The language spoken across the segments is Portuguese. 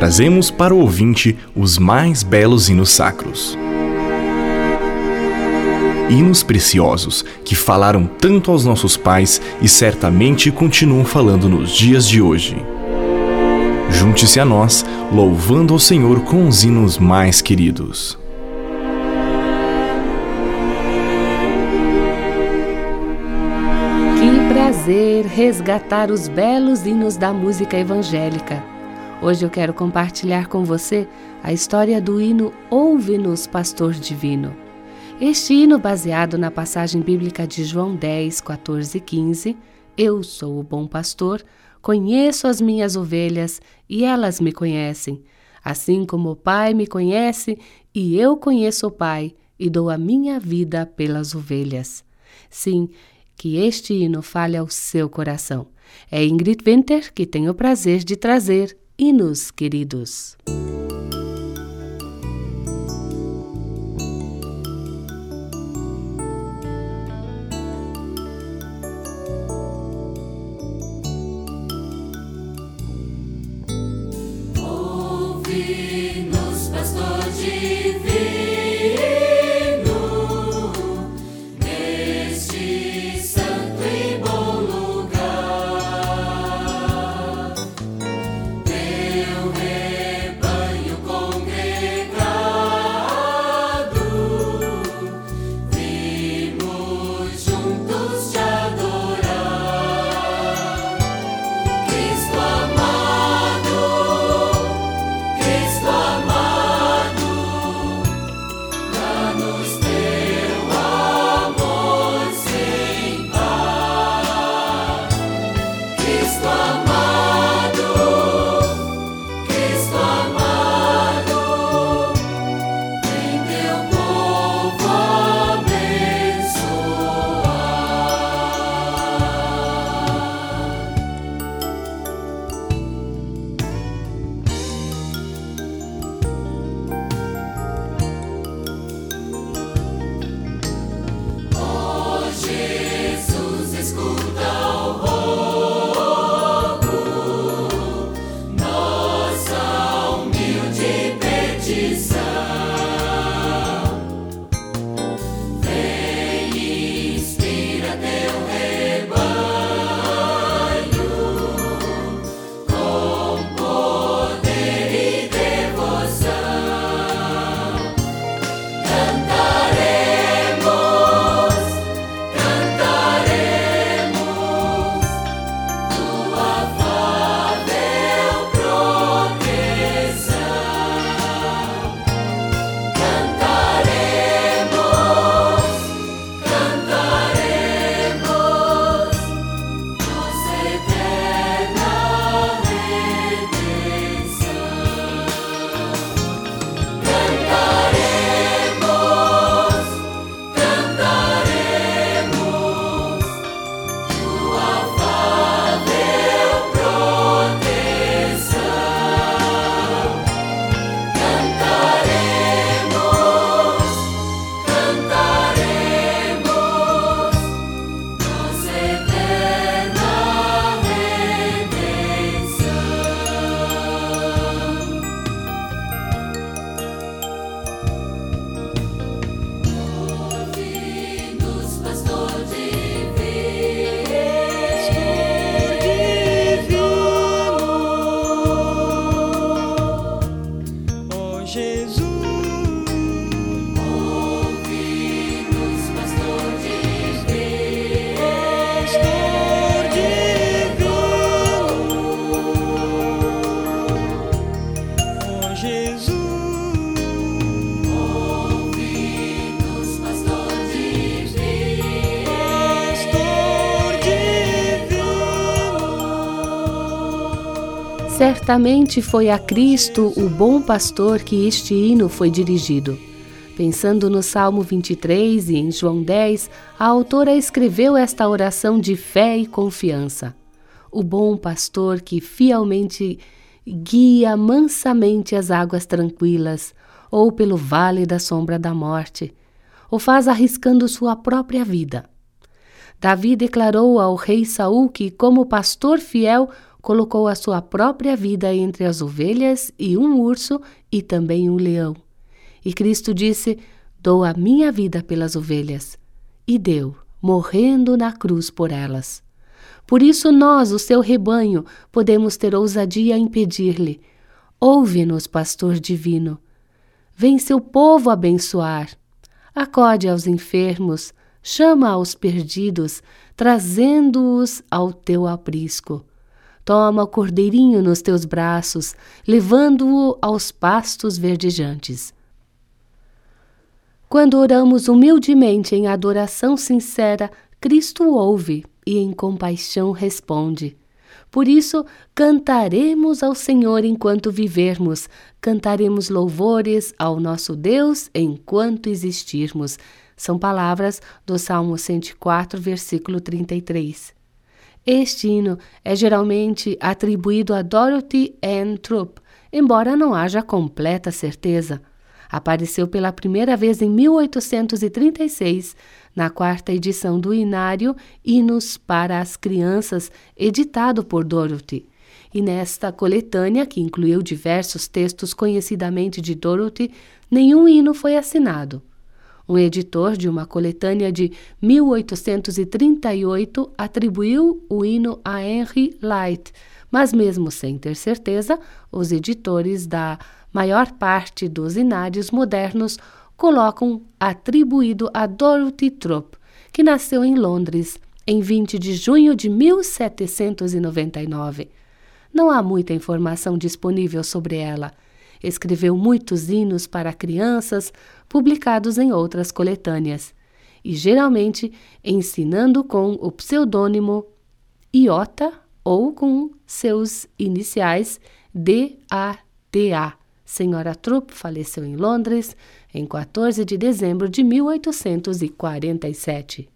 trazemos para o ouvinte os mais belos hinos sacros. Hinos preciosos que falaram tanto aos nossos pais e certamente continuam falando nos dias de hoje. Junte-se a nós, louvando ao Senhor com os hinos mais queridos. Que prazer resgatar os belos hinos da música evangélica. Hoje eu quero compartilhar com você a história do hino Ouve-nos, Pastor Divino. Este hino, baseado na passagem bíblica de João 10, 14 e 15, Eu sou o bom pastor, conheço as minhas ovelhas e elas me conhecem, assim como o Pai me conhece e eu conheço o Pai e dou a minha vida pelas ovelhas. Sim, que este hino fale ao seu coração. É Ingrid Winter que tem o prazer de trazer hinos queridos. Ouve-nos, pastor divino, neste santo e bom lugar. Teu rebanho congregado, vimos juntos te adorar. Cristo amado, dá-nos teu amor sem par. Cristo amado, vem teu povo abençoar. Ó Jesus, escuta o rogo, nossa humilde petição. Vem e inspira teu rebanho com poder e devoção. Cantaremos tua afável proteção. Cantaremos nossa eterna redenção. Cantaremos tua afável proteção. Cantaremos nossa eterna redenção. Ouve-nos, pastor divino, Ó Jesus, ouve-nos, pastor divino, pastor divino. Ó Jesus, ouve-nos, pastor divino. pastor divino. Certamente foi a Cristo, o bom pastor, que este hino foi dirigido. Pensando no Salmo 23 e em João 10, a autora escreveu esta oração de fé e confiança. O bom pastor que fielmente guia mansamente as águas tranquilas, ou pelo vale da sombra da morte, o faz arriscando sua própria vida. Davi declarou ao rei Saul que, como pastor fiel, colocou a sua própria vida entre as ovelhas e um urso e também um leão. E Cristo disse: dou a minha vida pelas ovelhas. E deu, morrendo na cruz por elas. Por isso nós, o seu rebanho, podemos ter ousadia em pedir-lhe: ouve-nos, pastor divino. Vem seu povo abençoar. Acode aos enfermos, chama aos perdidos, trazendo-os ao teu aprisco. Toma o cordeirinho nos teus braços, levando-o aos pastos verdejantes. Quando oramos humildemente em adoração sincera, Cristo ouve e em compaixão responde. Por isso, cantaremos ao Senhor enquanto vivermos, cantaremos louvores ao nosso Deus enquanto existirmos. São palavras do Salmo 104, versículo 33. Este hino é geralmente atribuído a Dorothy Ann Throop, embora não haja completa certeza. Apareceu pela primeira vez em 1836, na 4ª edição do Inário Hinos para as Crianças, editado por Dorothy. E nesta coletânea, que incluiu diversos textos conhecidamente de Dorothy, nenhum hino foi assinado. Um editor de uma coletânea de 1838 atribuiu o hino a Henry Lyte, mas mesmo sem ter certeza, os editores da maior parte dos inários modernos colocam atribuído a Dorothy Throop, que nasceu em Londres em 20 de junho de 1799. Não há muita informação disponível sobre ela. Escreveu muitos hinos para crianças, publicados em outras coletâneas, e geralmente ensinando com o pseudônimo Iota ou com seus iniciais D.A.T.A. Senhora Throop faleceu em Londres em 14 de dezembro de 1847.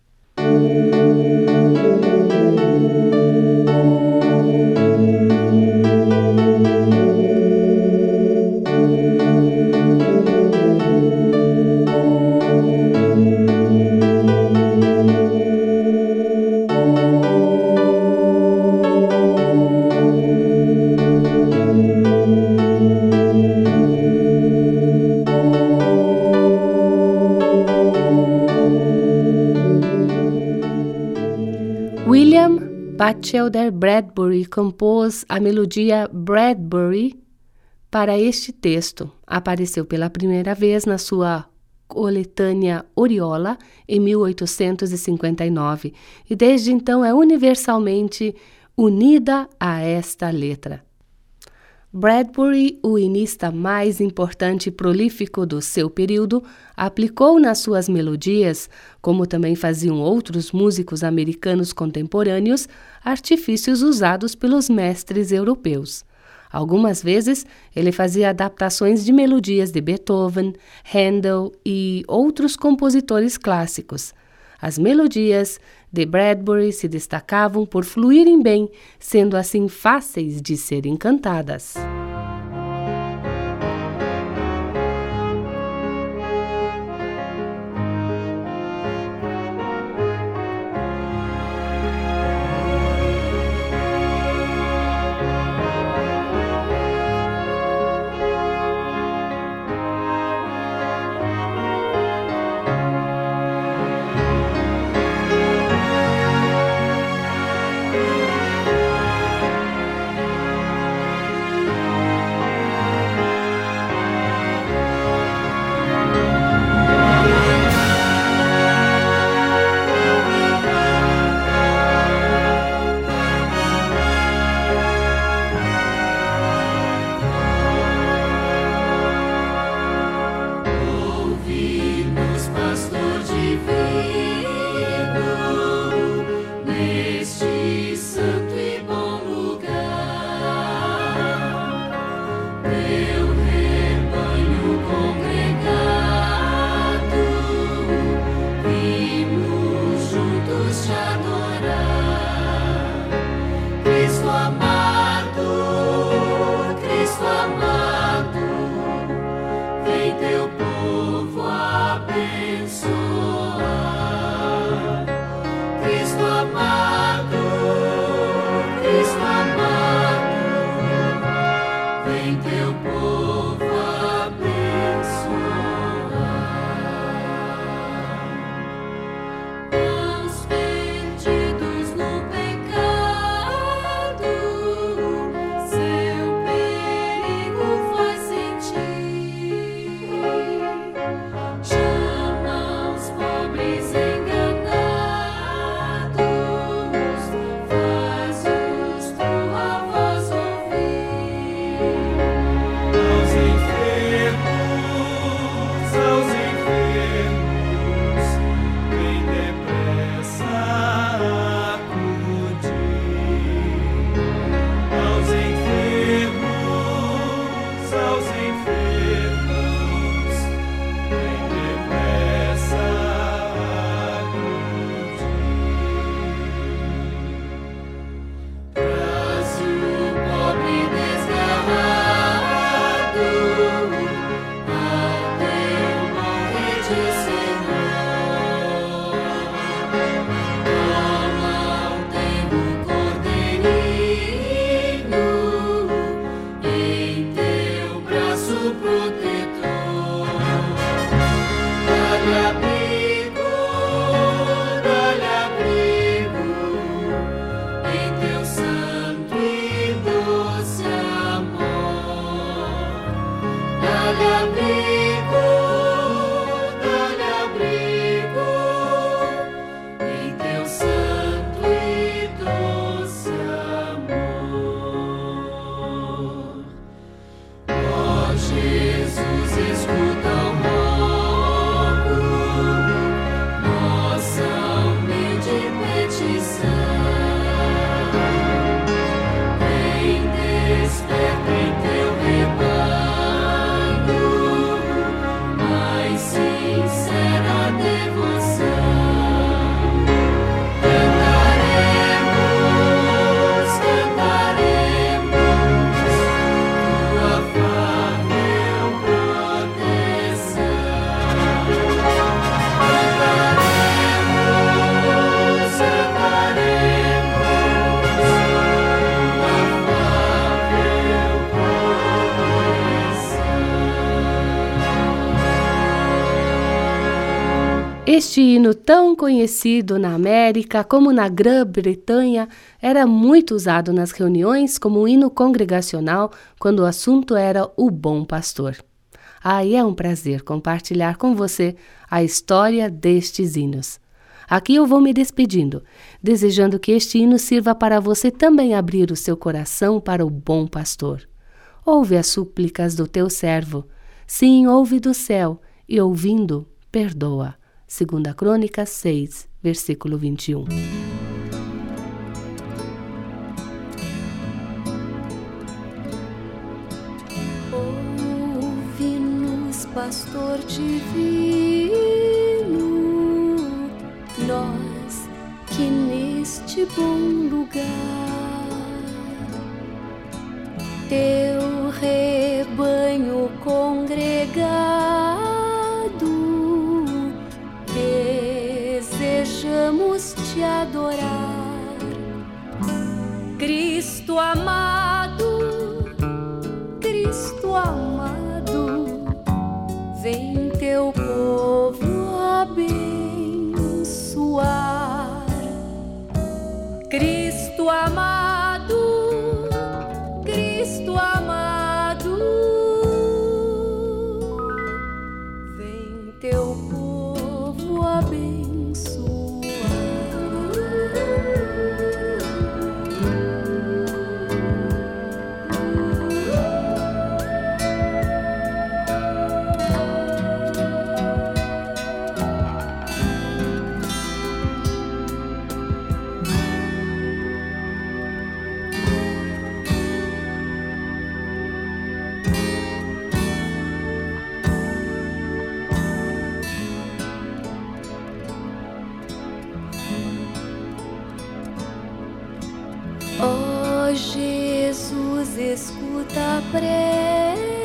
William Batchelder Bradbury compôs a melodia Bradbury para este texto. Apareceu pela primeira vez na sua coletânea Oriola, em 1859, e desde então é universalmente unida a esta letra. Bradbury, o hinista mais importante e prolífico do seu período, aplicou nas suas melodias, como também faziam outros músicos americanos contemporâneos, artifícios usados pelos mestres europeus. Algumas vezes, ele fazia adaptações de melodias de Beethoven, Handel e outros compositores clássicos. As melodias de Bradbury se destacavam por fluírem bem, sendo assim fáceis de serem cantadas. Este hino tão conhecido na América como na Grã-Bretanha era muito usado nas reuniões como hino congregacional quando o assunto era o bom pastor. E é um prazer compartilhar com você a história destes hinos. Aqui eu vou me despedindo, desejando que este hino sirva para você também abrir o seu coração para o bom pastor. Ouve as súplicas do teu servo. Sim, ouve do céu, e ouvindo, perdoa. 2 Crônicas 6, versículo 21. Ouve-nos, pastor divino, nós que neste bom lugar teu rebanho congregado desejamos te adorar, Cristo amado, Cristo amado, vem teu povo abençoar, Cristo amado, Cristo amado, vem teu povo abençoar. Ó Jesus, escuta a prece